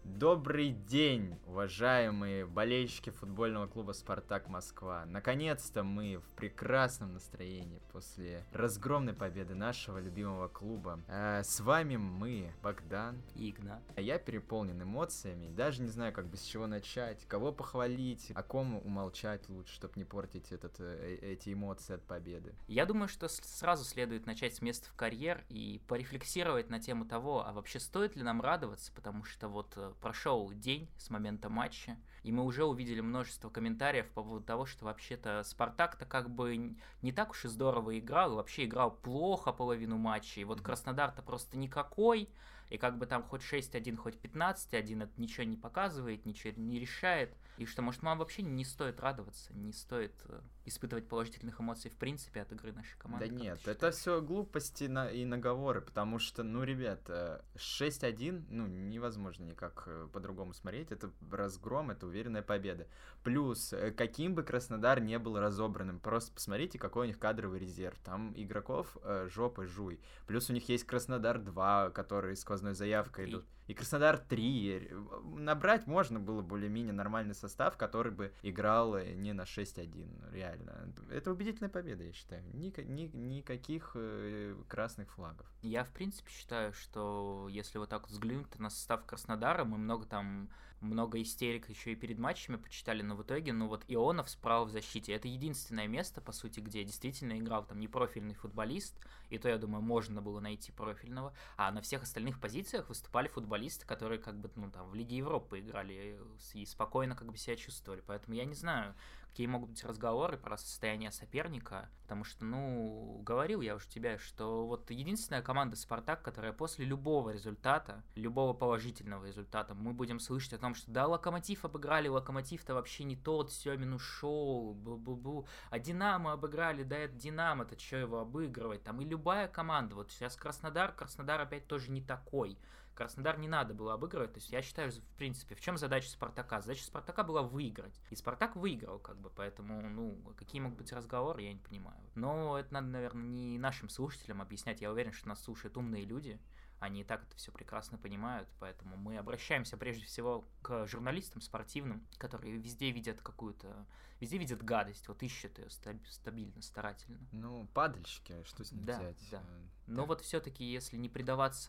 Добрый день, уважаемые болельщики футбольного клуба «Спартак Москва». Наконец-то мы в прекрасном настроении после разгромной победы нашего любимого клуба. С вами мы, Богдан и Игнат. Я переполнен эмоциями, даже не знаю, как бы с чего начать, кого похвалить, о ком умолчать лучше, чтобы не портить эти эмоции от победы. Я думаю, что сразу следует начать с места в карьер и порефлексировать на тему того, а вообще стоит ли нам радоваться, потому что вот прошел день с момента матча, и мы уже увидели множество комментариев по поводу того, что вообще-то Спартак-то как бы не так уж и здорово играл, и вообще играл плохо половину матча, и вот Краснодар-то просто никакой, и как бы там хоть 6-1, хоть 15-1, это ничего не показывает, ничего не решает, и что, может, нам вообще не стоит радоваться, не стоит испытывать положительных эмоций в принципе от игры нашей команды. Да нет, это все глупости и наговоры, потому что, ребят, 6-1, невозможно никак по-другому смотреть, это разгром, это уверенная победа. Плюс, каким бы Краснодар не был разобранным, просто посмотрите, какой у них кадровый резерв, там игроков жопы жуй. Плюс у них есть Краснодар 2, которые сквозной заявкой идут. И Краснодар 3. Набрать можно было более-менее нормальный состав, который бы играл не на 6-1, реально. Это убедительная победа, я считаю. Никаких красных флагов. Я, в принципе, считаю, что если вот так взглянуть на состав Краснодара, мы много истерик еще и перед матчами почитали, но в итоге, Ионов справа в защите. Это единственное место, по сути, где действительно играл там непрофильный футболист, и то, я думаю, можно было найти профильного, а на всех остальных позициях выступали футболисты, которые как бы, в Лиге Европы играли и спокойно как бы себя чувствовали, поэтому я не знаю, какие могут быть разговоры про состояние соперника, потому что, говорил я уже тебе, что вот единственная команда «Спартак», которая после любого результата, любого положительного результата, мы будем слышать о том, что да, Локомотив обыграли, Локомотив-то вообще не тот, Семин ушел, бу-бу-бу, а Динамо обыграли, да это Динамо-то, что его обыгрывать, там и любая команда, вот сейчас Краснодар опять тоже не такой. Краснодар не надо было обыгрывать, то есть я считаю, в принципе, в чем задача Спартака? Задача Спартака была выиграть, и Спартак выиграл, как бы, поэтому, какие могут быть разговоры, я не понимаю. Но это надо, наверное, не нашим слушателям объяснять, я уверен, что нас слушают умные люди, они и так это все прекрасно понимают, поэтому мы обращаемся прежде всего к журналистам спортивным, которые везде видят гадость, вот ищут ее стабильно, старательно. Падальщики, что с них взять? Да. Но вот все-таки, если не предаваться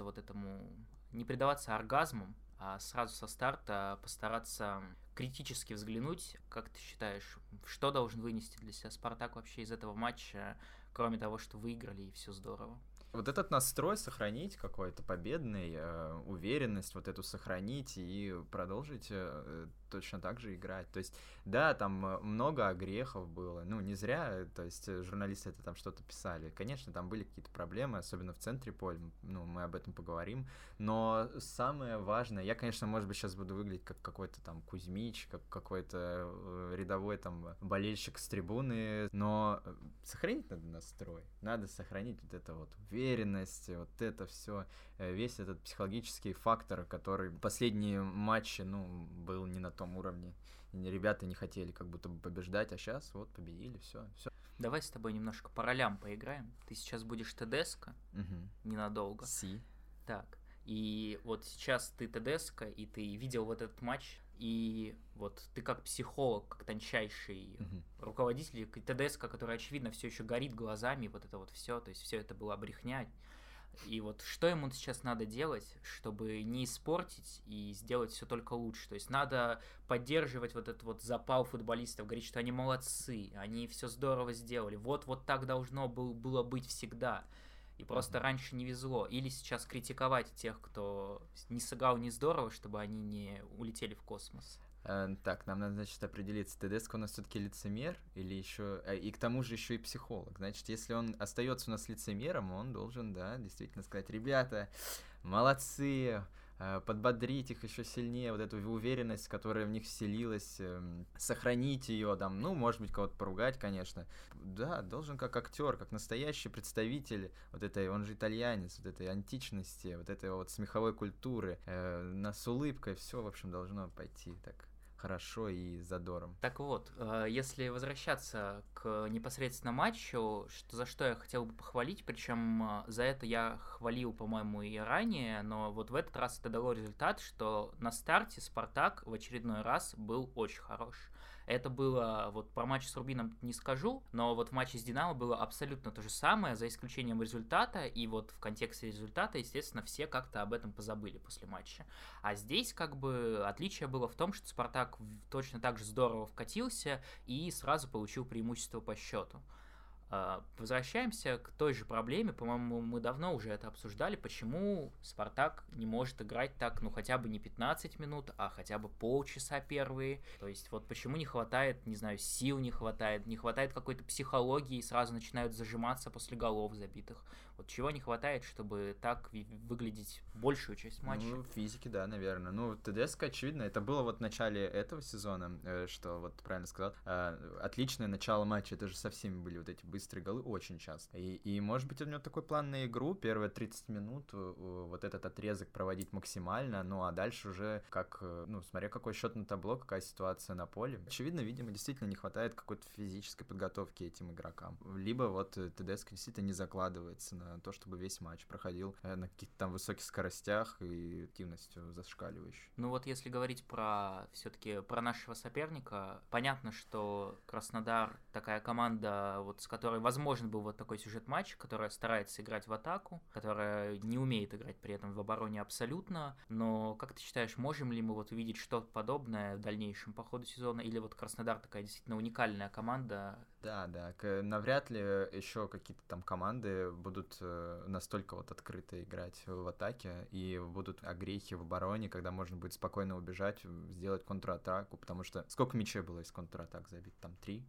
оргазмам, а сразу со старта постараться критически взглянуть, как ты считаешь, что должен вынести для себя Спартак вообще из этого матча, кроме того, что выиграли и все здорово? Вот этот настрой сохранить какой-то победный, уверенность вот эту сохранить и продолжить точно так же играть. То есть, да, там много огрехов было, не зря, то есть журналисты это там что-то писали. Конечно, там были какие-то проблемы, особенно в центре поля, мы об этом поговорим, но самое важное, я, конечно, может быть, сейчас буду выглядеть как какой-то там Кузьмич, как какой-то рядовой там болельщик с трибуны, но сохранить надо настрой, надо сохранить вот это вот уверенность, вот это все, весь этот психологический фактор, который в последние матчи, был не на том уровне. Ребята не хотели как будто бы побеждать, а сейчас вот победили, все. Давай с тобой немножко по ролям поиграем. Ты сейчас будешь Тедеско ненадолго. Так, и вот сейчас ты Тедеско, и ты видел вот этот матч, и вот ты как психолог, как тончайший руководитель Тедеско, который, очевидно, все еще горит глазами, вот это вот все, то есть все это была брехня. И вот что ему сейчас надо делать, чтобы не испортить и сделать все только лучше? То есть надо поддерживать вот этот вот запал футболистов, говорить, что они молодцы, они все здорово сделали, вот так должно было быть всегда. И просто раньше не везло. Или сейчас критиковать тех, кто не сыграл не здорово, чтобы они не улетели в космос. Так, нам надо, значит, определиться, Тедеско у нас все-таки лицемер или еще, и к тому же еще и психолог. Значит, если он остается у нас лицемером, он должен, да, действительно сказать: ребята, молодцы, подбодрить их еще сильнее, вот эту уверенность, которая в них вселилась, сохранить ее, там, может быть, кого-то поругать, конечно. Да, должен как актер, как настоящий представитель вот этой, он же итальянец, вот этой античности, вот этой вот смеховой культуры, с улыбкой все, в общем, должно пойти так хорошо и задором. Так вот, если возвращаться к непосредственно матчу, за что я хотел бы похвалить, причем за это я хвалил, по-моему, и ранее, но вот в этот раз это дало результат, что на старте Спартак в очередной раз был очень хорош. Это было, вот про матч с Рубином не скажу, но вот в матче с Динамо было абсолютно то же самое, за исключением результата, и вот в контексте результата, естественно, все как-то об этом позабыли после матча. А здесь как бы отличие было в том, что Спартак точно так же здорово вкатился и сразу получил преимущество по счету. Возвращаемся к той же проблеме, по-моему, мы давно уже это обсуждали, почему Спартак не может играть так, ну хотя бы не 15 минут, а хотя бы полчаса первые, то есть вот почему не хватает, не знаю, сил не хватает какой-то психологии, и сразу начинают зажиматься после голов забитых. Вот чего не хватает, чтобы так выглядеть большую часть матча? Ну, физики, да, наверное. Ну, ТДСК, очевидно, это было вот в начале этого сезона, что вот правильно сказал, отличное начало матча, это же со всеми были вот эти быстрые голы очень часто. И может быть, у него такой план на игру, первые 30 минут вот этот отрезок проводить максимально, ну, а дальше уже как, ну, смотря какой счет на табло, какая ситуация на поле. Очевидно, видимо, действительно не хватает какой-то физической подготовки этим игрокам. Либо вот ТДСК действительно не закладывается на то, чтобы весь матч проходил на каких-то там высоких скоростях и активностью зашкаливающей. Ну вот если говорить все-таки про нашего соперника, понятно, что Краснодар такая команда, вот с которой возможен был вот такой сюжет-матч, которая старается играть в атаку, которая не умеет играть при этом в обороне абсолютно, но как ты считаешь, можем ли мы вот увидеть что-то подобное в дальнейшем по ходу сезона, или вот Краснодар такая действительно уникальная команда? Да, навряд ли еще какие-то там команды будут настолько вот открыто играть в атаке и будут огрехи в обороне, когда можно будет спокойно убежать, сделать контратаку, потому что сколько мячей было из контратак забит? Там 3,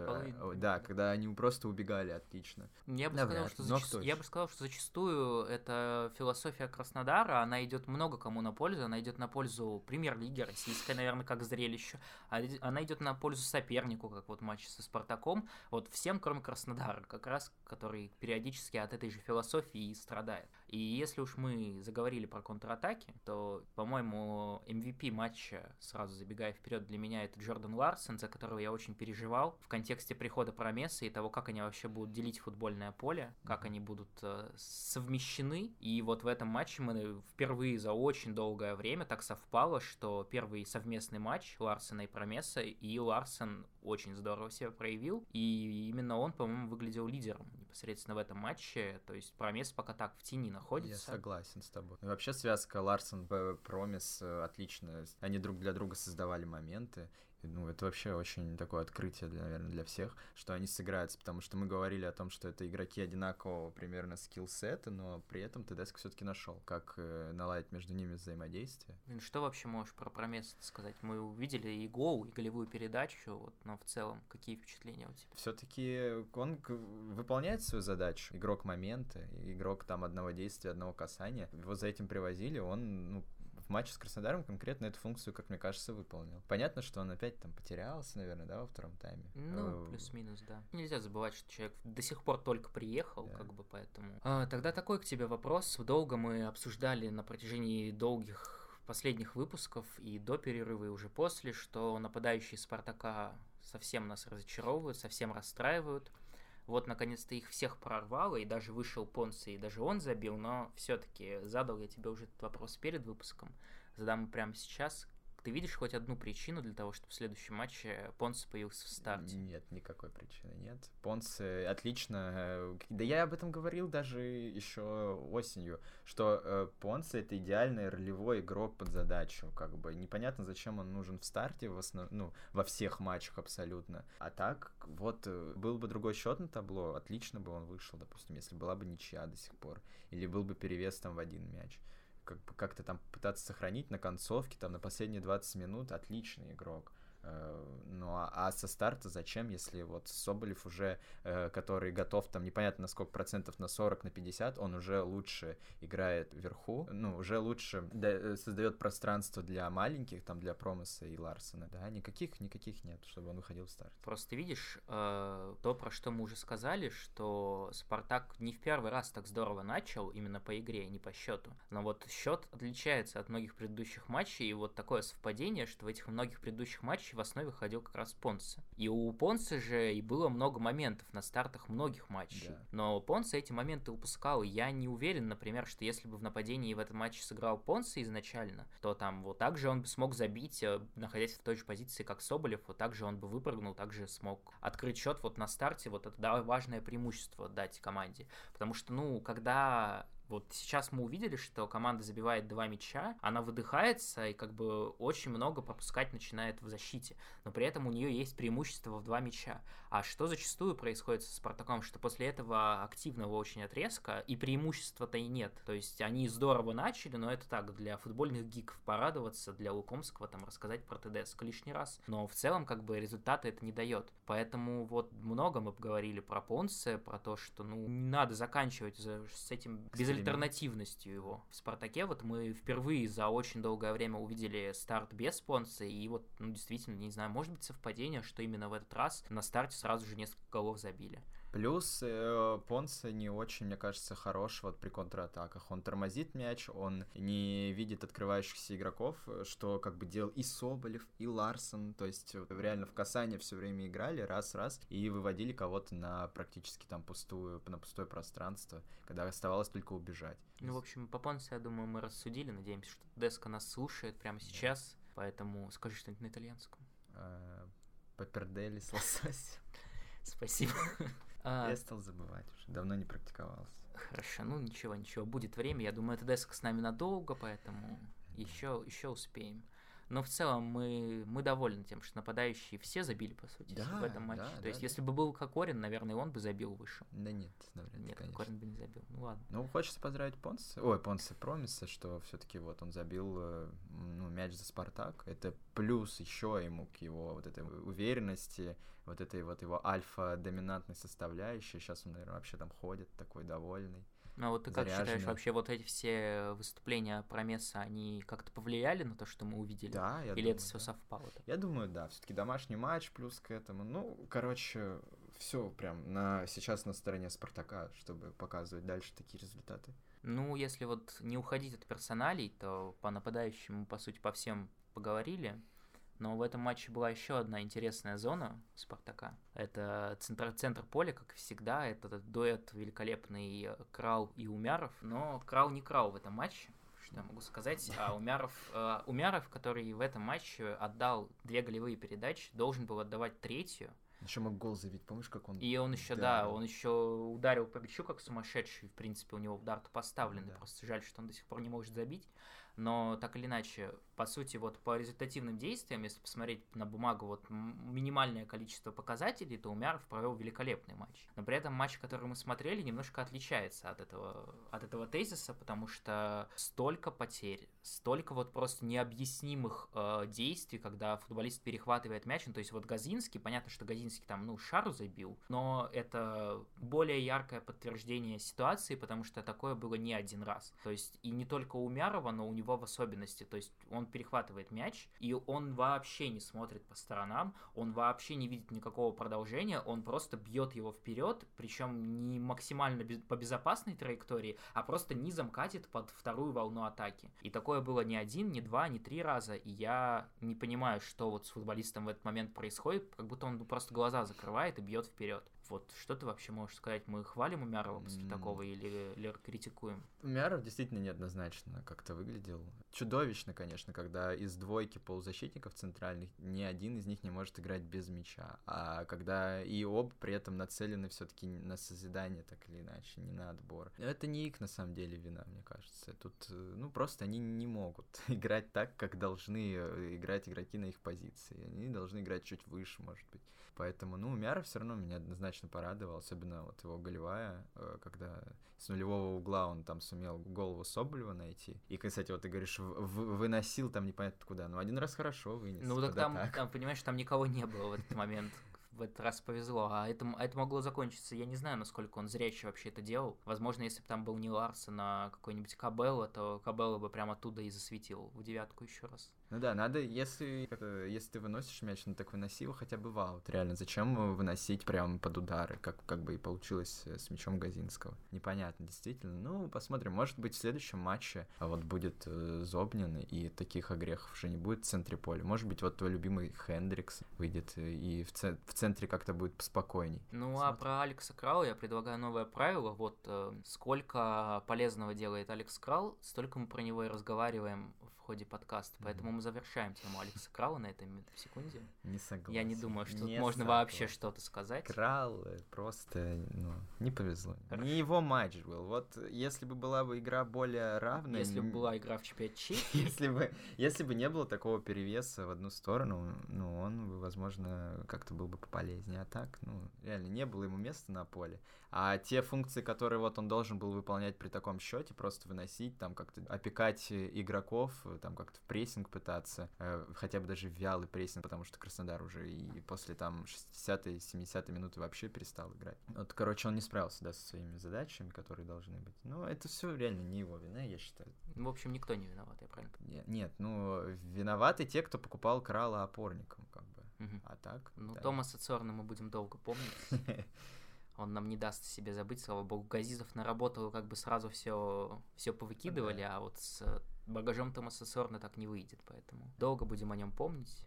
когда они просто убегали отлично. Я бы сказал, что зачастую это философия Краснодара, она идет много кому на пользу, она идет на пользу премьер-лиги российской, наверное, как зрелище, она идет на пользу сопернику, как вот матч со Спартаком, вот всем, кроме Краснодара, как раз, который периодически от этой же философии и страдает. И если уж мы заговорили про контратаки, то, по-моему, MVP матча, сразу забегая вперед, для меня это Джордан Ларсон, за которого я очень переживал в контексте прихода Промеса и того, как они вообще будут делить футбольное поле, как они будут совмещены. И вот в этом матче мы впервые за очень долгое время так совпало, что первый совместный матч Ларсона и Промеса, и Ларсон очень здорово себя проявил, и именно он, по-моему, выглядел лидером непосредственно в этом матче, то есть Промес пока так в тени находится. Я согласен с тобой. И вообще связка Ларсон-Промес отлично, они друг для друга создавали моменты. Ну, это вообще очень такое открытие, наверное, для всех, что они сыграются, потому что мы говорили о том, что это игроки одинакового примерно скиллсета, но при этом ТДСК все-таки нашел, как наладить между ними взаимодействие. Что вообще можешь про Промес сказать? Мы увидели и гол, и голевую передачу, вот, но в целом какие впечатления у тебя? Все-таки он выполняет свою задачу, игрок момента, игрок там одного действия, одного касания. Его за этим привозили, он, ну, в матче с Краснодаром конкретно эту функцию, как мне кажется, выполнил. Понятно, что он опять там потерялся, наверное, да, во втором тайме. Ну, плюс-минус, да. Нельзя забывать, что человек до сих пор только приехал, да. как бы, поэтому... Тогда такой к тебе вопрос. Долго мы обсуждали на протяжении долгих последних выпусков и до перерыва, и уже после, что нападающие Спартака совсем нас разочаровывают, совсем расстраивают. Вот, наконец-то, их всех прорвало, и даже вышел Понце, и даже он забил, но все-таки задал я тебе уже этот вопрос перед выпуском, задам его прямо сейчас. Ты видишь хоть одну причину для того, чтобы в следующем матче Понце появился в старте? Нет, никакой причины нет. Понце отлично... Да я об этом говорил даже еще осенью, что Понце — это идеальный ролевой игрок под задачу. Как бы непонятно, зачем он нужен в старте, во всех матчах абсолютно. А так, вот, был бы другой счет на табло, отлично бы он вышел, допустим, если была бы ничья до сих пор. Или был бы перевес там в один мяч. Как-то там пытаться сохранить на концовке, там на последние 20 минут, отличный игрок. Ну, а со старта зачем, если вот Соболев уже, который готов там непонятно на сколько процентов, на 40, на 50, он уже лучше играет вверху, ну, уже лучше создает пространство для маленьких, там, для Промеса и Ларсена, да, никаких нет, чтобы он выходил в старт. Просто видишь, то, про что мы уже сказали, что Спартак не в первый раз так здорово начал именно по игре, не по счету. Но вот счет отличается от многих предыдущих матчей, и вот такое совпадение, что в этих многих предыдущих матчах в основе ходил как раз Понсе. И у Понсе же и было много моментов на стартах многих матчей. Да. Но Понсе эти моменты упускал, и я не уверен, например, что если бы в нападении в этом матче сыграл Понсе изначально, то там вот так же он бы смог забить, находясь в той же позиции, как Соболев, вот так же он бы выпрыгнул, так же смог открыть счет вот на старте, вот это да, важное преимущество дать команде. Потому что, ну, когда... Вот сейчас мы увидели, что команда забивает 2 мяча, она выдыхается и как бы очень много пропускать начинает в защите, но при этом у нее есть преимущество в 2 мяча. А что зачастую происходит со Спартаком, что после этого активного очень отрезка и преимущества-то и нет. То есть они здорово начали, но это так, для футбольных гиков порадоваться, для Лукомского там рассказать про ТДСК лишний раз. Но в целом как бы результата это не дает. Поэтому вот много мы поговорили про Понсе, про то, что ну не надо заканчивать с этим безальтернативностью его. В Спартаке вот мы впервые за очень долгое время увидели старт без Понсе, и вот, ну, действительно, не знаю, может быть совпадение, что именно в этот раз на старте сразу же несколько голов забили. Плюс Понсе не очень, мне кажется, хорош вот при контратаках. Он тормозит мяч, он не видит открывающихся игроков, что как бы делал и Соболев, и Ларсон. То есть реально в касание все время играли, раз, и выводили кого-то на практически там пустое пространство, когда оставалось только убежать. Ну, в общем, по Понсе, я думаю, мы рассудили. Надеемся, что Деска нас слушает прямо сейчас. Да. Поэтому скажи что-нибудь на итальянском. Папердели с лососем. Спасибо. Я стал забывать уже, давно не практиковался. Хорошо, ну ничего, будет время. Я думаю, эта деска с нами надолго, поэтому еще успеем. Но в целом мы довольны тем, что нападающие все забили, по сути, в этом матче. То есть, если бы был Кокорин, наверное, он бы забил выше. Да нет, наверное, нет, конечно. Кокорин бы не забил. Ну ладно. Ну, хочется поздравить Понсе Промеса, что все-таки вот он забил мяч за Спартак. Это плюс еще ему к его вот этой уверенности, вот этой вот его альфа-доминантной составляющей. Сейчас он, наверное, вообще там ходит такой довольный. Ну, вот ты как считаешь, вообще вот эти все выступления Промеса, они как-то повлияли на то, что мы увидели? Да, я Или думаю, это все совпало? Я думаю, да. Все-таки домашний матч плюс к этому. Ну, короче, все прям сейчас на стороне Спартака, чтобы показывать дальше такие результаты. Ну, если вот не уходить от персоналей, то по нападающим мы, по сути, по всем поговорили. Но в этом матче была еще одна интересная зона Спартака. Это центр поля, как всегда. Это дуэт великолепный Крал и Умяров. Но Крал не Крал в этом матче, что я могу сказать. А Умяров, который в этом матче отдал 2 голевые передачи, должен был отдавать 3-ю. Еще мог гол забить, помнишь, как он... И он еще, он еще ударил по мячу как сумасшедший. В принципе, у него удар-то поставленный. Да. Просто жаль, что он до сих пор не может забить. Но так или иначе, по сути, вот по результативным действиям, если посмотреть на бумагу вот минимальное количество показателей, то Умяров провел великолепный матч. Но при этом матч, который мы смотрели, немножко отличается от этого тезиса, потому что столько потерь, столько вот просто необъяснимых действий, когда футболист перехватывает мяч. Ну, то есть вот Газинский, понятно, что Газинский там, шару забил, но это более яркое подтверждение ситуации, потому что такое было не один раз. То есть и не только у Умярова, но у него в особенности, то есть он перехватывает мяч, и он вообще не смотрит по сторонам, он вообще не видит никакого продолжения, он просто бьет его вперед, причем не максимально по безопасной траектории, а просто низом катит под вторую волну атаки. И такое было не 1, не 2, не 3 раза, и я не понимаю, что вот с футболистом в этот момент происходит, как будто он просто глаза закрывает и бьет вперед. Вот что ты вообще можешь сказать? Мы хвалим Умярова после такого или критикуем? Умяров действительно неоднозначно как-то выглядел. Чудовищно, конечно, когда из двойки полузащитников центральных ни один из них не может играть без мяча. А когда и оба при этом нацелены все-таки на созидание, так или иначе, не на отбор. Это не их, на самом деле, вина, мне кажется. Тут, просто они не могут играть так, как должны играть игроки на их позиции. Они должны играть чуть выше, может быть. Поэтому, Умяров все равно меня однозначно однозначно порадовал, особенно вот его голевая, когда с нулевого угла он там сумел голову Соболева найти. И, кстати, вот ты говоришь, выносил там непонятно куда, но один раз хорошо вынес. Ну, так там, понимаешь, там никого не было в этот момент. В этот раз повезло, а это могло закончиться. Я не знаю, насколько он зрячий вообще это делал. Возможно, если бы там был не Ларсон, а какой-нибудь Кабелло, то Кабелло бы прямо оттуда и засветил в девятку еще раз. Ну да, надо, если ты выносишь мяч, ну так выноси его хотя бы в аут. Реально, зачем выносить прямо под удары, как бы и получилось с мячом Газинского? Непонятно, действительно. Ну, посмотрим. Может быть, в следующем матче вот будет Зобнин, и таких огрехов уже не будет в центре поля. Может быть, вот твой любимый Хендрикс выйдет, и в центре как-то будет поспокойней. Ну, посмотрим. А про Алекса Крала я предлагаю новое правило. Вот сколько полезного делает Алекс Крал, столько мы про него и разговариваем в ходе подкаста. Поэтому мы завершаем тему Алекса Крала на этой секунде. Не согласен. Я не думаю, что тут можно вообще что-то сказать. Крал просто, не повезло. Хорошо. Не его матч был. Вот если бы была бы игра более равная... Если бы была игра в чемпионате Чехии... Если бы не было такого перевеса в одну сторону, он бы, возможно, как-то был бы пополезнее. А так, реально, не было ему места на поле. А те функции, которые вот он должен был выполнять при таком счете, просто выносить, там как-то опекать игроков, там как-то в прессинг пытаться, хотя бы даже в вялый прессинг, потому что Краснодар уже и после там 60-й, 70-й минуты вообще перестал играть. Вот, короче, он не справился, да, со своими задачами, которые должны быть. Это все реально не его вина, я считаю. В общем, никто не виноват, я правильно понимаю? Нет, виноваты те, кто покупал Крала опорником, как бы. А так? Да. Томаса Цорна мы будем долго помнить. Он нам не даст себе забыть, слава богу. Газизов наработал, как бы сразу все повыкидывали, а вот с багажом Томаса Цорна так не выйдет, поэтому долго будем о нем помнить.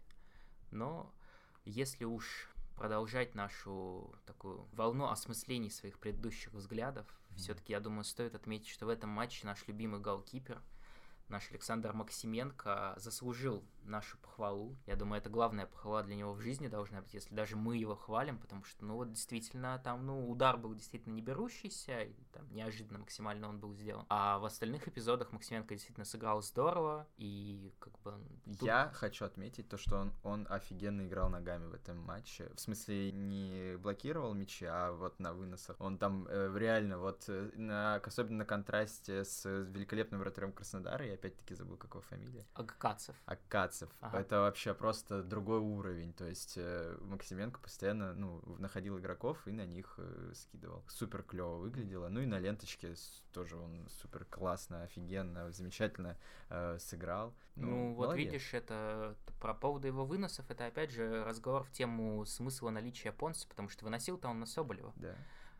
Но если уж продолжать нашу такую волну осмыслений своих предыдущих взглядов, все-таки, я думаю, стоит отметить, что в этом матче наш любимый голкипер, наш Александр Максименко, заслужил нашу похвалу. Я думаю, это главная похвала для него в жизни должна быть, если даже мы его хвалим, потому что, действительно, там, удар был действительно не берущийся, и там неожиданно максимально он был сделан. А в остальных эпизодах Максименко действительно сыграл здорово, и как бы... Я хочу отметить то, что он офигенно играл ногами в этом матче. В смысле, не блокировал мячи, а вот на выносах. Он там реально особенно на контрасте с великолепным вратарем Краснодара, я опять-таки забыл, как его фамилия. Аккацев. Ага. Это вообще просто другой уровень. То есть Максименко постоянно находил игроков и на них скидывал. Супер клево выглядело. И на ленточке тоже он супер классно, офигенно, замечательно сыграл. Вот видишь, это про поводу его выносов, это опять же разговор в тему смысла наличия Понса, потому что выносил-то он на Соболева. Да.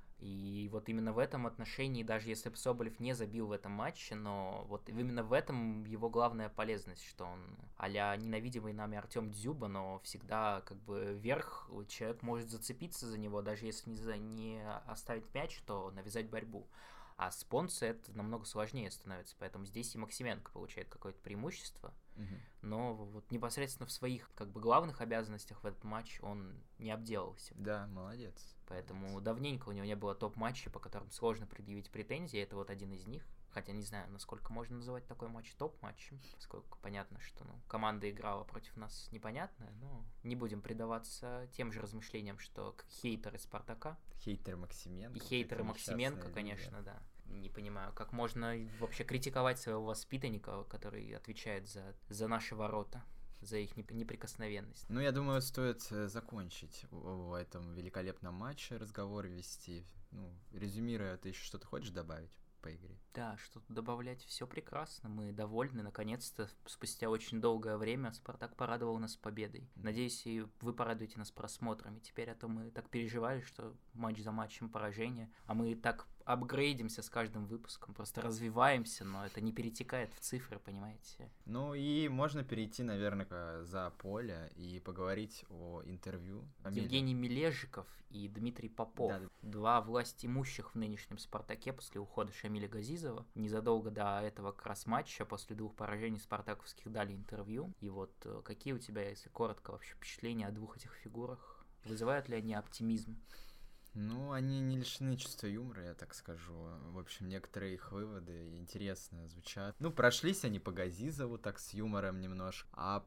И вот именно в этом отношении, даже если бы Соболев не забил в этом матче, но вот именно в этом его главная полезность, что он а-ля ненавидимый нами Артем Дзюба, но всегда как бы вверх, человек может зацепиться за него, даже если не оставить мяч, то навязать борьбу. А с Понсо это намного сложнее становится, поэтому здесь и Максименко получает какое-то преимущество, но вот непосредственно в своих как бы главных обязанностях в этот матч он не обделался. Да, молодец. Поэтому давненько у него не было топ-матча, по которым сложно предъявить претензии, это вот один из них. Хотя не знаю, насколько можно называть такой матч топ-матчем, поскольку понятно, что команда играла против нас непонятная, но не будем предаваться тем же размышлениям, что как хейтеры Спартака. Хейтеры Максименко. И хейтеры Максименко, конечно, да. Не понимаю, как можно вообще критиковать своего воспитанника, который отвечает за наши ворота, за их неприкосновенность. Я думаю, стоит закончить в этом великолепном матче разговор вести. Резюмируя, ты еще что-то хочешь добавить по игре? Да, что-то добавлять, все прекрасно, мы довольны, наконец-то, спустя очень долгое время Спартак порадовал нас победой. Надеюсь, и вы порадуете нас просмотрами теперь, а то мы так переживали, что матч за матчем поражение, а мы так апгрейдимся с каждым выпуском, просто развиваемся, но это не перетекает в цифры, понимаете? И можно перейти, наверное, за поле и поговорить о интервью. Евгений Мележиков и Дмитрий Попов. Да. Два властимущих в нынешнем Спартаке после ухода Шамиля Газизова. Незадолго до этого как раз матча, после 2 поражений спартаковских, дали интервью. И вот какие у тебя, если коротко, вообще впечатления о двух этих фигурах? Вызывают ли они оптимизм? Ну, они не лишены чувства юмора, я так скажу. В общем, некоторые их выводы интересно звучат. Ну, прошлись они по Газизову, так с юмором немножко. А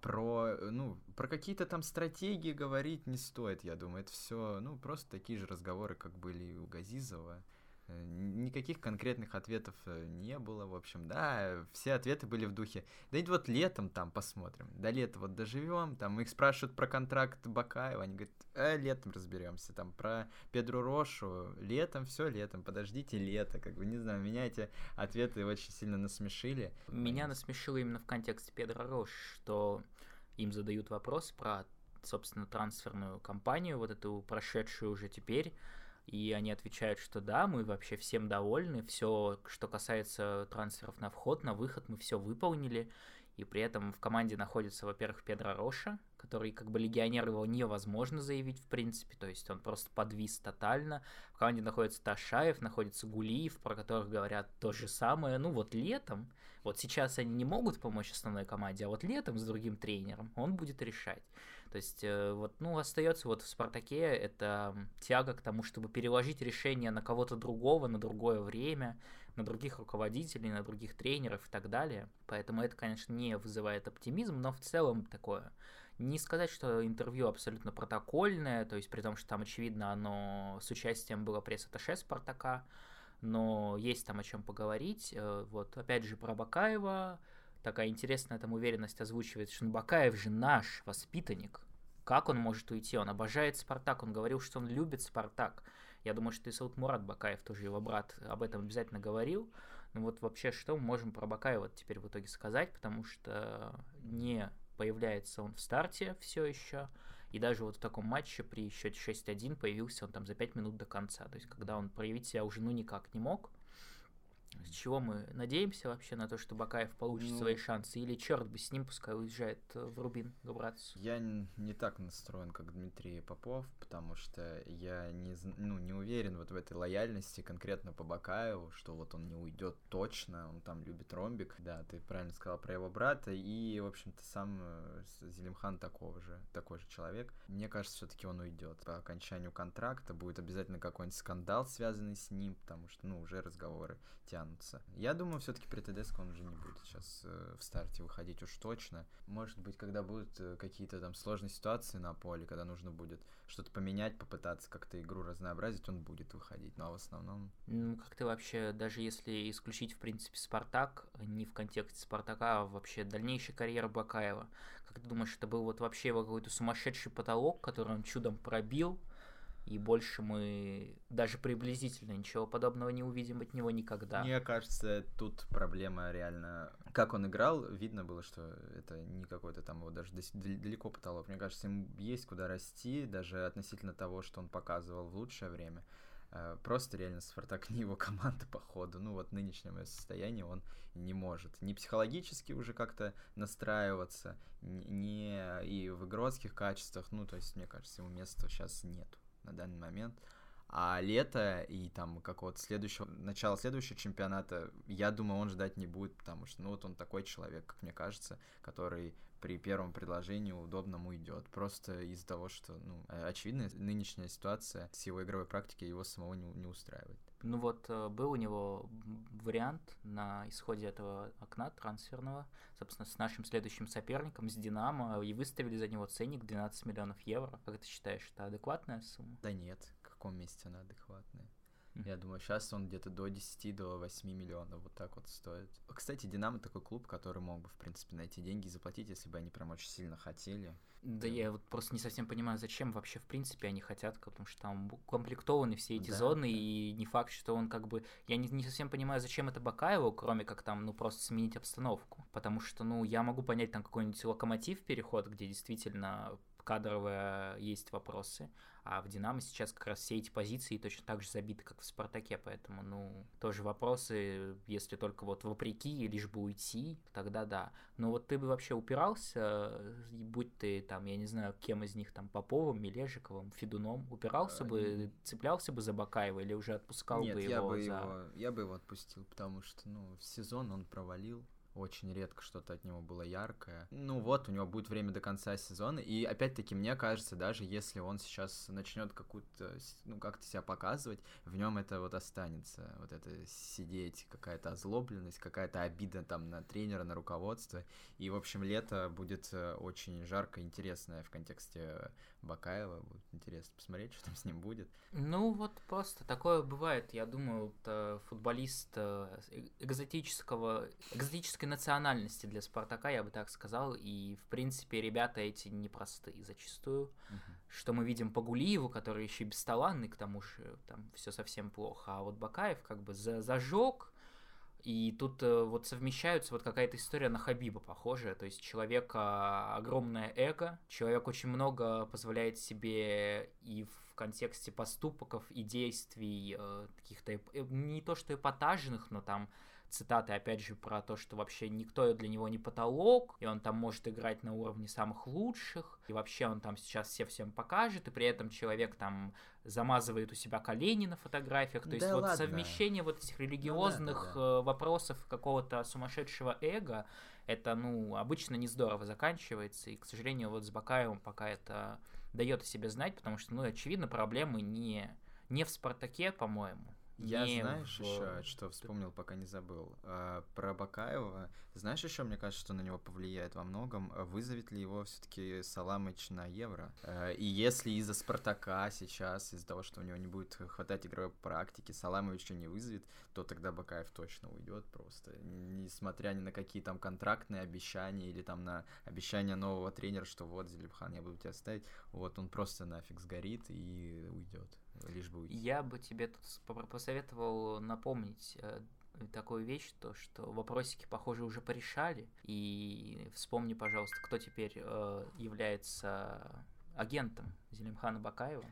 про какие-то там стратегии говорить не стоит, я думаю. Это все, ну, просто такие же разговоры, как были и у Газизова. Никаких конкретных ответов не было, в общем, да, все ответы были в духе, да и вот летом там посмотрим, до лета вот доживем, там их спрашивают про контракт Бакаева, они говорят, летом разберемся, там про Педру Рошу, летом, все летом, подождите лето, как бы, не знаю, меня эти ответы очень сильно насмешили. Меня насмешило именно в контексте Педро Рош, что им задают вопрос про, собственно, трансферную кампанию, вот эту прошедшую уже теперь, и они отвечают, что да, мы вообще всем довольны, все, что касается трансферов на вход, на выход, мы все выполнили, и при этом в команде находится, во-первых, Педро Роша, который как бы легионер, его невозможно заявить в принципе, то есть он просто подвис тотально. В команде находится Ташаев, находится Гулиев, про которых говорят то же самое. Ну вот летом, вот сейчас они не могут помочь основной команде, а вот летом с другим тренером он будет решать. То есть вот, ну, остается вот в «Спартаке» это тяга к тому, чтобы переложить решение на кого-то другого, на другое время, на других руководителей, на других тренеров и так далее. Поэтому это, конечно, не вызывает оптимизм, но в целом такое. Не сказать, что интервью абсолютно протокольное, то есть при том, что там, очевидно, оно с участием было пресс-атташе «Спартака», но есть там о чем поговорить. Вот, опять же, про Бакаева. Такая интересная там уверенность озвучивает, что Бакаев же наш воспитанник. Как он может уйти? Он обожает «Спартак», он говорил, что он любит «Спартак». Я думаю, что и Саутмурат Бакаев, тоже его брат, об этом обязательно говорил. Ну вот вообще, что мы можем про Бакаева теперь в итоге сказать, потому что не появляется он в старте все еще, и даже вот в таком матче при счете 6-1 появился он там за 5 минут до конца, то есть когда он проявить себя уже ну никак не мог. С чего мы надеемся вообще на то, что Бакаев получит свои шансы? Или черт бы с ним, пускай уезжает в Рубин Габрацу? Я не так настроен, как Дмитрий Попов, потому что я не уверен вот в этой лояльности конкретно по Бакаеву, что вот он не уйдет точно, он там любит ромбик. Да, ты правильно сказал про его брата, и, в общем-то, сам Зелимхан такой же человек. Мне кажется, все-таки он уйдет. По окончанию контракта будет обязательно какой-нибудь скандал, связанный с ним, потому что, ну, уже разговоры тянутся. Я думаю, все-таки при ТДСК он уже не будет сейчас в старте выходить уж точно. Может быть, когда будут какие-то там сложные ситуации на поле, когда нужно будет что-то поменять, попытаться как-то игру разнообразить, он будет выходить. Но в основном... Ну, как ты вообще, даже если исключить, в принципе, «Спартак», не в контексте «Спартака», а вообще дальнейшая карьера Бакаева, как ты думаешь, это был вот вообще его какой-то сумасшедший потолок, который он чудом пробил, и больше мы даже приблизительно ничего подобного не увидим от него никогда? Мне кажется, тут проблема реально... Как он играл, видно было, что это не какой-то там его даже далеко потолок. Мне кажется, ему есть куда расти, даже относительно того, что он показывал в лучшее время. Просто реально «Спартак» не его команда по ходу. Ну вот нынешнее состояние он не может. Ни психологически уже как-то настраиваться, ни и в игротских качествах. Ну, то есть, мне кажется, ему места сейчас нету на данный момент. А лето и там какого-то начала следующего чемпионата, я думаю, он ждать не будет, потому что, ну, вот он такой человек, как мне кажется, который при первом предложении удобному уйдет. Просто из-за того, что, ну, очевидно, нынешняя ситуация с его игровой практикой его самого не устраивает. Ну вот, был у него вариант на исходе этого окна трансферного, собственно, с нашим следующим соперником, с «Динамо», и выставили за него ценник 12 миллионов евро. Как ты считаешь, это адекватная сумма? Да нет, в каком месте она адекватная? Я думаю, сейчас он где-то до 10, до 8 миллионов вот так вот стоит. Кстати, «Динамо» такой клуб, который мог бы, в принципе, найти деньги и заплатить, если бы они прям очень сильно хотели. Да, я вот просто не совсем понимаю, зачем вообще, в принципе, они хотят, потому что там укомплектованы все эти зоны, и не факт, что он как бы... Я не совсем понимаю, зачем это Бакаеву, кроме как там, ну, просто сменить обстановку. Потому что, ну, я могу понять там какой-нибудь «Локомотив» переход, где действительно кадровые есть вопросы, а в «Динамо» сейчас как раз все эти позиции точно так же забиты, как в «Спартаке», поэтому, ну, тоже вопросы, если только вот вопреки, лишь бы уйти, тогда да. Но вот ты бы вообще упирался, будь ты там, я не знаю, кем из них, там, Поповым, Мележиковым, Федуном, упирался бы, цеплялся бы за Бакаева или уже отпускал бы его я бы его отпустил, потому что, ну, сезон он провалил. очень редко что-то от него было яркое. Ну вот, у него будет время до конца сезона, и опять-таки мне кажется, даже если он сейчас начнет какую-то, ну, как-то себя показывать, в нем это вот останется, вот это сидеть, какая-то озлобленность, какая-то обида там на тренера, на руководство, и, в общем, лето будет очень жарко, интересное в контексте Бакаева, будет интересно посмотреть, что там с ним будет. Ну, вот просто такое бывает. Я думаю, вот, футболист экзотической национальности для Спартака, я бы так сказал. И, в принципе, ребята эти непростые зачастую. Что мы видим по Гулиеву, который еще и бесталанный, к тому же там все совсем плохо. А вот Бакаев как бы зажег. И тут вот совмещаются вот какая-то история на Хабиба похожая, то есть человека огромное эго, человек очень много позволяет себе и в контексте поступков и действий каких-то не то что эпатажных, но там цитаты, опять же, про то, что вообще никто для него не потолок, и он там может играть на уровне самых лучших, и вообще он там сейчас всем покажет, и при этом человек там замазывает у себя колени на фотографиях, то есть Да вот ладно. совмещение вот этих религиозных вопросов какого-то сумасшедшего эго, это, ну, обычно не здорово заканчивается, и, к сожалению, вот с Бакаевым пока это дает о себе знать, потому что, ну, очевидно, проблемы не в «Спартаке», по-моему. Я, знаешь, еще что вспомнил, пока не забыл. Про Бакаева. Знаешь, еще, мне кажется, что на него повлияет во многом. Вызовет ли его все-таки Саламыч на Евро? И если из-за Спартака сейчас, из-за того, что у него не будет хватать игровой практики, Саламовича не вызовет, то тогда Бакаев точно уйдет просто. Несмотря ни на какие там контрактные обещания или там на обещания нового тренера, что вот, Зелимхан, я буду тебя ставить, вот он просто нафиг сгорит и уйдет. Лишь бы уйти. Я бы тебе тут посоветовал напомнить такую вещь, то, что вопросики, похоже, уже порешали. И вспомни, пожалуйста, кто теперь является агентом Зелимхана Бакаева.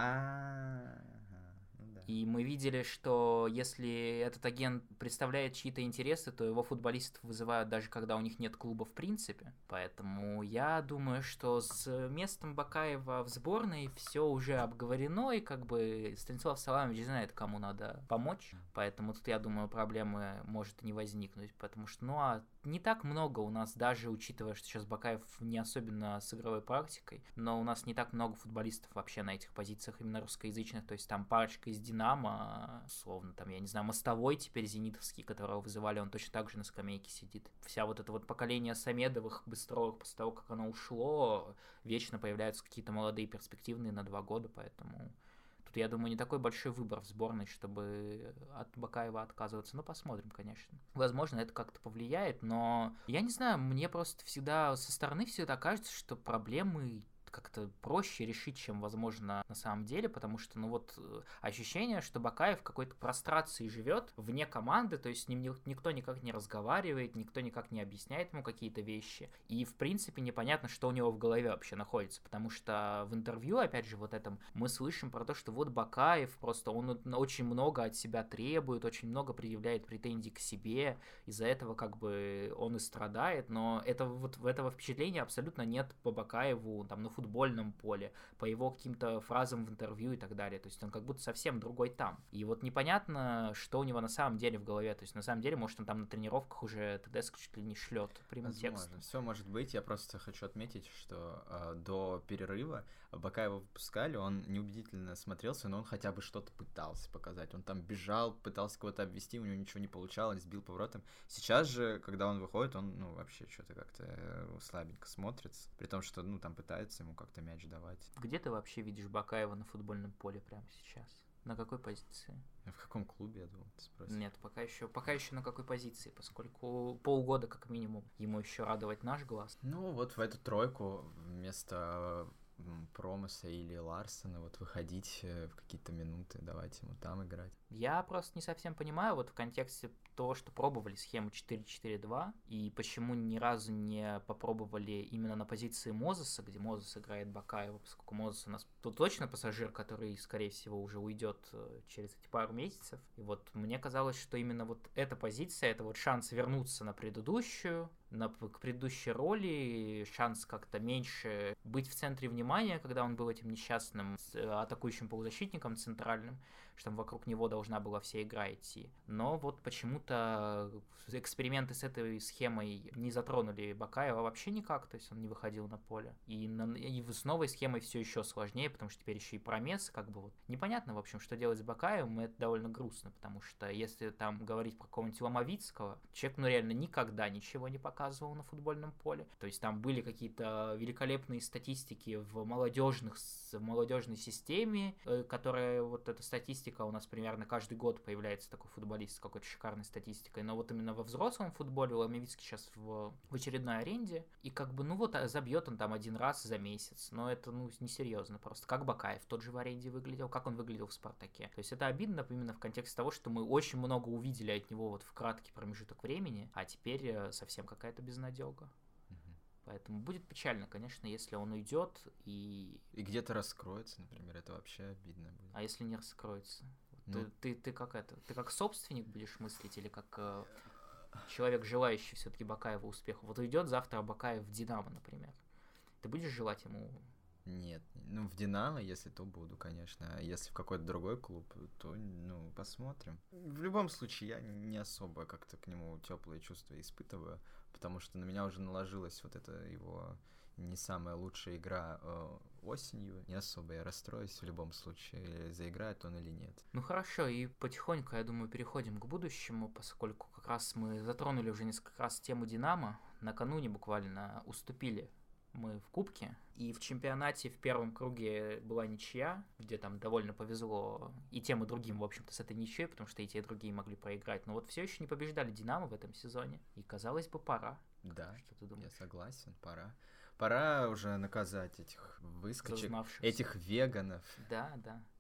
И мы видели, что если этот агент представляет чьи-то интересы, то его футболистов вызывают даже когда у них нет клуба в принципе. Поэтому я думаю, что с местом Бакаева в сборной все уже обговорено, и как бы Станислав Саламович знает, кому надо помочь. Поэтому тут, я думаю, проблемы может не возникнуть, потому что, ну, а не так много у нас, даже учитывая, что сейчас Бакаев не особенно с игровой практикой, но у нас не так много футболистов вообще на этих позициях именно русскоязычных, то есть там парочка из Динамо, словно там, я не знаю, Мостовой теперь зенитовский, которого вызывали, он точно так же на скамейке сидит. Вся вот это вот поколение Самедовых, Быстровых, после того, как оно ушло, вечно появляются какие-то молодые перспективные на 2 года, поэтому... Тут, я думаю, не такой большой выбор в сборной, чтобы от Бакаева отказываться. Но посмотрим, конечно. Возможно, это как-то повлияет, но я не знаю, мне просто всегда со стороны всегда кажется, что проблемы как-то проще решить, чем, возможно, на самом деле, потому что, ну вот, ощущение, что Бакаев в какой-то прострации живет вне команды, то есть с ним никто никак не разговаривает, никто никак не объясняет ему какие-то вещи, и, в принципе, непонятно, что у него в голове вообще находится, потому что в интервью, опять же, вот этом, мы слышим про то, что вот Бакаев просто, он очень много от себя требует, очень много предъявляет претензий к себе, из-за этого, как бы, он и страдает, но этого впечатления абсолютно нет по Бакаеву, там, на футбольном поле, по его каким-то фразам в интервью и так далее. То есть он как будто совсем другой там. И вот непонятно, что у него на самом деле в голове. То есть на самом деле, может, он там на тренировках уже ТДСК чуть ли не шлет прямым текстом. Все может быть. Я просто хочу отметить, что до перерыва Бакаева выпускали, он неубедительно смотрелся, но он хотя бы что-то пытался показать. Он там бежал, пытался кого-то обвести, у него ничего не получалось, бил поворотом. Сейчас же, когда он выходит, он, ну, вообще что-то как-то слабенько смотрится. При том, что, ну, там пытается ему как-то мяч давать. Где ты вообще видишь Бакаева на футбольном поле прямо сейчас? На какой позиции? В каком клубе, я думал, ты спросишь? Нет, пока еще на какой позиции, поскольку полгода как минимум ему еще радовать наш глаз. Ну, вот в эту тройку вместо Промоса или Ларсена вот выходить в какие-то минуты, давать ему там играть. Я просто не совсем понимаю вот в контексте того, что пробовали схему 4-4-2, и почему ни разу не попробовали именно на позиции Мозеса, где Мозес играет Бакаева, поскольку Мозес у нас тут точно пассажир, который, скорее всего, уже уйдет через эти пару месяцев. И вот мне казалось, что именно вот эта позиция, это вот шанс вернуться на предыдущую, к предыдущей роли, шанс как-то меньше быть в центре внимания, когда он был этим несчастным атакующим полузащитником центральным, что там вокруг него должна была вся игра идти. Но вот почему-то эксперименты с этой схемой не затронули Бакаева вообще никак, то есть он не выходил на поле. И с новой схемой все еще сложнее, потому что теперь еще и промес, как бы вот. Непонятно, в общем, что делать с Бакаевым, и это довольно грустно, потому что если там говорить про какого-нибудь Ломовицкого, человек, ну, реально никогда ничего не показывал на футбольном поле. То есть там были какие-то великолепные статистики в молодежной системе, которая, вот эта статистика у нас примерно каждый год появляется такой футболист с какой-то шикарной статистикой, но вот именно во взрослом футболе Ломовицкий сейчас в очередной аренде, и как бы, ну вот, забьет он там один раз за месяц, но это, ну, несерьезно просто. Как Бакаев тот же в аренде выглядел, как он выглядел в Спартаке. То есть это обидно именно в контексте того, что мы очень много увидели от него вот в краткий промежуток времени, а теперь совсем какая-то безнадега. Поэтому будет печально, конечно, если он уйдет и где-то раскроется, например, это вообще обидно будет. А если не раскроется? Ну... Ты как собственник будешь мыслить или как человек, желающий все-таки Бакаеву успеху? Вот уйдет завтра Бакаев в Динамо, например. Ты будешь желать ему? Нет, ну в Динамо, если то буду, конечно, а если в какой-то другой клуб, то, ну, посмотрим. В любом случае, я не особо как-то к нему теплые чувства испытываю, потому что на меня уже наложилась вот эта его не самая лучшая игра осенью, не особо я расстроюсь в любом случае, заиграет он или нет. Ну хорошо, и потихоньку, я думаю, переходим к будущему, поскольку как раз мы затронули уже несколько раз тему Динамо, накануне буквально уступили мы в кубке, и в чемпионате в первом круге была ничья, где там довольно повезло и тем, и другим, в общем-то, с этой ничьей, потому что и те, и другие могли проиграть, но вот все еще не побеждали Динамо в этом сезоне, и, казалось бы, пора. Да, что ты думаешь? Я согласен, пора. Пора уже наказать этих выскочек, этих веганов. Да.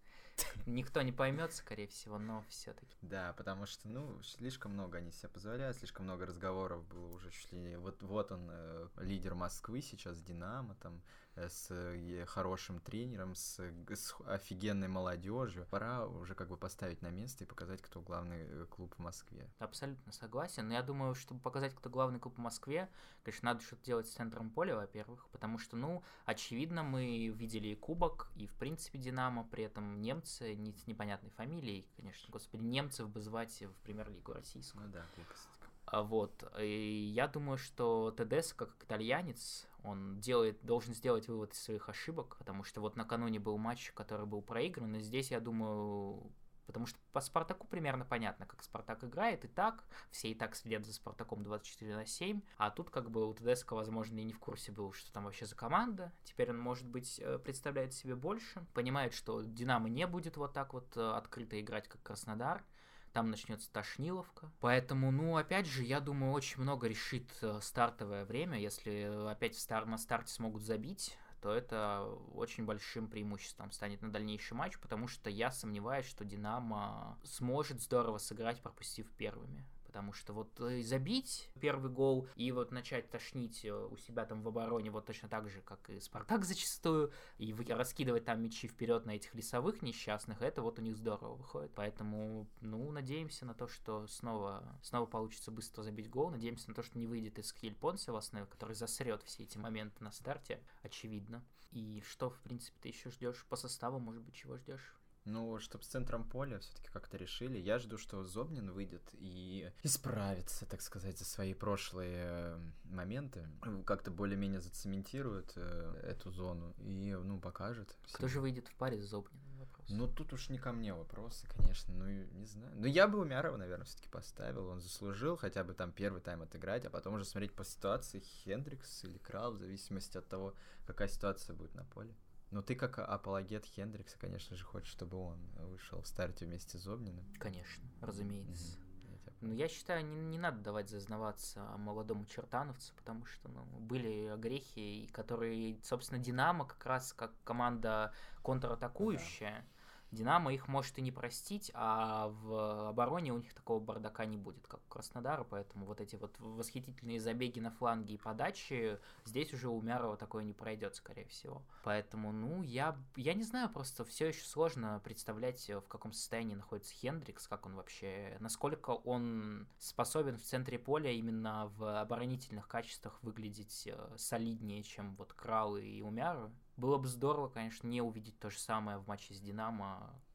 Никто не поймет, скорее всего, но все-таки. Да, потому что, ну, слишком много они себе позволяют, слишком много разговоров было уже чуть ли... Вот он, лидер Москвы сейчас, Динамо, там, с хорошим тренером, с офигенной молодежью. Пора уже как бы поставить на место и показать, кто главный клуб в Москве. Абсолютно согласен. Но я думаю, чтобы показать, кто главный клуб в Москве, конечно, надо что-то делать с центром поля, во-первых, потому что, ну, очевидно, мы видели и кубок, и, в принципе, Динамо, при этом немцы, не с непонятной фамилией, конечно, господи, немцев бы звать в премьер-лигу российскую. Ну да, глупость. Вот, и я думаю, что Тедеско, как итальянец, он должен сделать вывод из своих ошибок, потому что вот накануне был матч, который был проигран, и здесь, я думаю, потому что по Спартаку примерно понятно, как Спартак играет, и так, все и так следят за Спартаком 24/7, а тут как бы у Тедеско, возможно, и не в курсе был, что там вообще за команда, теперь он, может быть, представляет себе больше, понимает, что Динамо не будет вот так вот открыто играть, как Краснодар, там начнется тошниловка. Поэтому, ну, опять же, я думаю, очень много решит стартовое время. Если опять на старте смогут забить, то это очень большим преимуществом станет на дальнейший матч, потому что я сомневаюсь, что Динамо сможет здорово сыграть, пропустив первыми. Потому что вот забить первый гол и вот начать тошнить у себя там в обороне вот точно так же, как и Спартак зачастую, и раскидывать там мячи вперед на этих лесовых несчастных, это вот у них здорово выходит. Поэтому, ну, надеемся на то, что снова получится быстро забить гол, надеемся на то, что не выйдет из Хиль Понсе в основе, который засрет все эти моменты на старте, очевидно. И что, в принципе, ты еще ждешь по составу, может быть, чего ждешь? Ну, чтобы с центром поля все-таки как-то решили. Я жду, что Зобнин выйдет и исправится, так сказать, за свои прошлые моменты. Как-то более-менее зацементирует эту зону и, ну, покажет. Кто же выйдет в паре с Зобниным? Ну, тут уж не ко мне вопросы, конечно, ну, не знаю. Ну, я бы Умярова, наверное, все-таки поставил. Он заслужил хотя бы там первый тайм отыграть, а потом уже смотреть по ситуации Хендрикс или Крал, в зависимости от того, какая ситуация будет на поле. Но ты как апологет Хендрикса, конечно же, хочешь, чтобы он вышел в старте вместе с Зобниным. Конечно, разумеется. Ну, я считаю, не надо давать зазнаваться молодому чертановцу, потому что, ну, были огрехи, которые, собственно, Динамо как раз как команда контратакующая. Динамо их может и не простить, а в обороне у них такого бардака не будет, как у Краснодара, поэтому вот эти вот восхитительные забеги на фланге и подачи, здесь уже у Умярова такое не пройдет, скорее всего. Поэтому, ну, я не знаю, просто все еще сложно представлять, в каком состоянии находится Хендрикс, как он вообще, насколько он способен в центре поля именно в оборонительных качествах выглядеть солиднее, чем вот Крал и Умяров. Было бы здорово, конечно, не увидеть то же самое в матче с Динамо,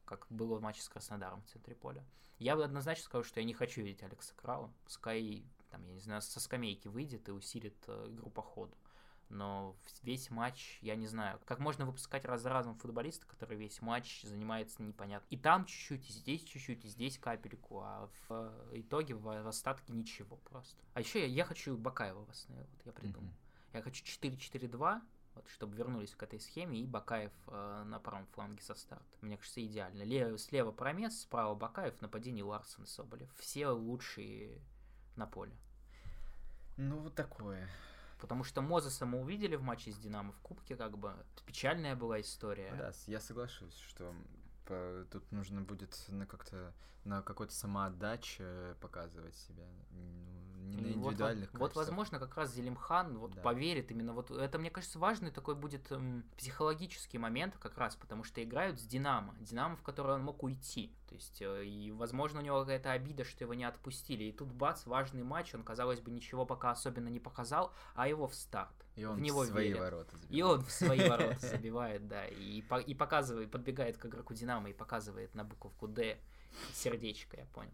как было в матче с Краснодаром в центре поля. Я бы однозначно сказал, что я не хочу видеть Алекса Крала. Пускай, там, я не знаю, со скамейки выйдет и усилит игру по ходу. Но весь матч, я не знаю, как можно выпускать раз за разом футболиста, который весь матч занимается непонятно. И там чуть-чуть, и здесь капельку, а в итоге в остатке ничего просто. А еще я хочу Бакаева в основе, вот я придумал. Я хочу 4-4-2, вот, чтобы вернулись к этой схеме, и Бакаев на правом фланге со старта. Мне кажется, идеально. Слева Промес, справа Бакаев, в нападении Ларсон и Соболев. Все лучшие на поле. Ну, вот такое. Потому что Мозеса мы увидели в матче с Динамо в Кубке, как бы печальная была история. Да, я соглашусь, что тут нужно будет как-то на какой-то самоотдаче показывать себя, не на индивидуальных качествах. Вот, возможно, как раз Зелимхан поверит именно. Вот это, мне кажется, важный такой будет психологический момент как раз, потому что играют с Динамо, в которой он мог уйти. То есть, и, возможно, у него какая-то обида, что его не отпустили. И тут, бац, важный матч, он, казалось бы, ничего пока особенно не показал, а его в старт. И он в него в свои верят. ворота забивает. И он в свои ворота забивает, да. И показывает, подбегает к игроку Динамо и показывает на буковку «Д» сердечко, я понял.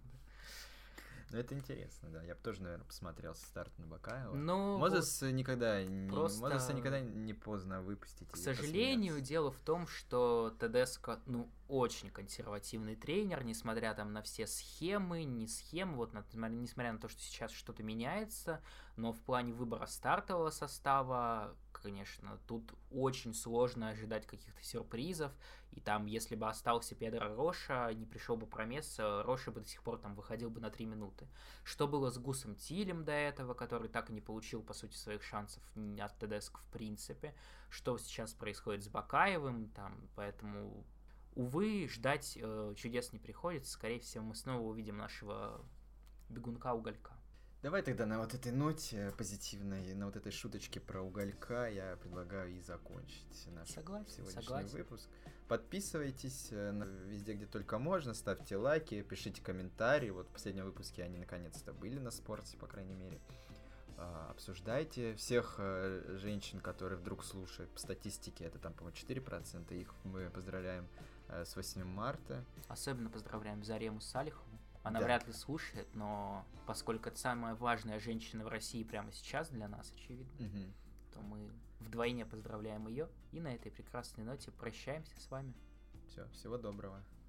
Ну, это интересно, да. Я бы тоже, наверное, посмотрел со старта на Бакаева. Ну, Мозеса никогда просто... не поздно выпустить. К сожалению, дело в том, что Тедеско, очень консервативный тренер, несмотря там на все схемы, вот, несмотря на то, что сейчас что-то меняется, но в плане выбора стартового состава, конечно, тут очень сложно ожидать каких-то сюрпризов, и там, если бы остался Педро Роша, не пришел бы Промес, Роша бы до сих пор там выходил бы на 3 минуты. Что было с Гусом Тилем до этого, который так и не получил, по сути, своих шансов от Тедеско в принципе, что сейчас происходит с Бакаевым, там, поэтому... Увы, ждать чудес не приходится. Скорее всего, мы снова увидим нашего бегунка-уголька. Давай тогда на вот этой ноте позитивной, на вот этой шуточке про уголька я предлагаю и закончить наш сегодняшний выпуск. Подписывайтесь везде, где только можно, ставьте лайки, пишите комментарии. Вот в последнем выпуске они наконец-то были на спорте, по крайней мере. Обсуждайте всех женщин, которые вдруг слушают. По статистике это там, по-моему, 4%. Их мы поздравляем с 8 марта. Особенно поздравляем Зарему Салихову. Она вряд ли слушает, но поскольку это самая важная женщина в России прямо сейчас для нас, очевидно, то мы вдвойне поздравляем ее. И на этой прекрасной ноте прощаемся с вами. Все, всего доброго.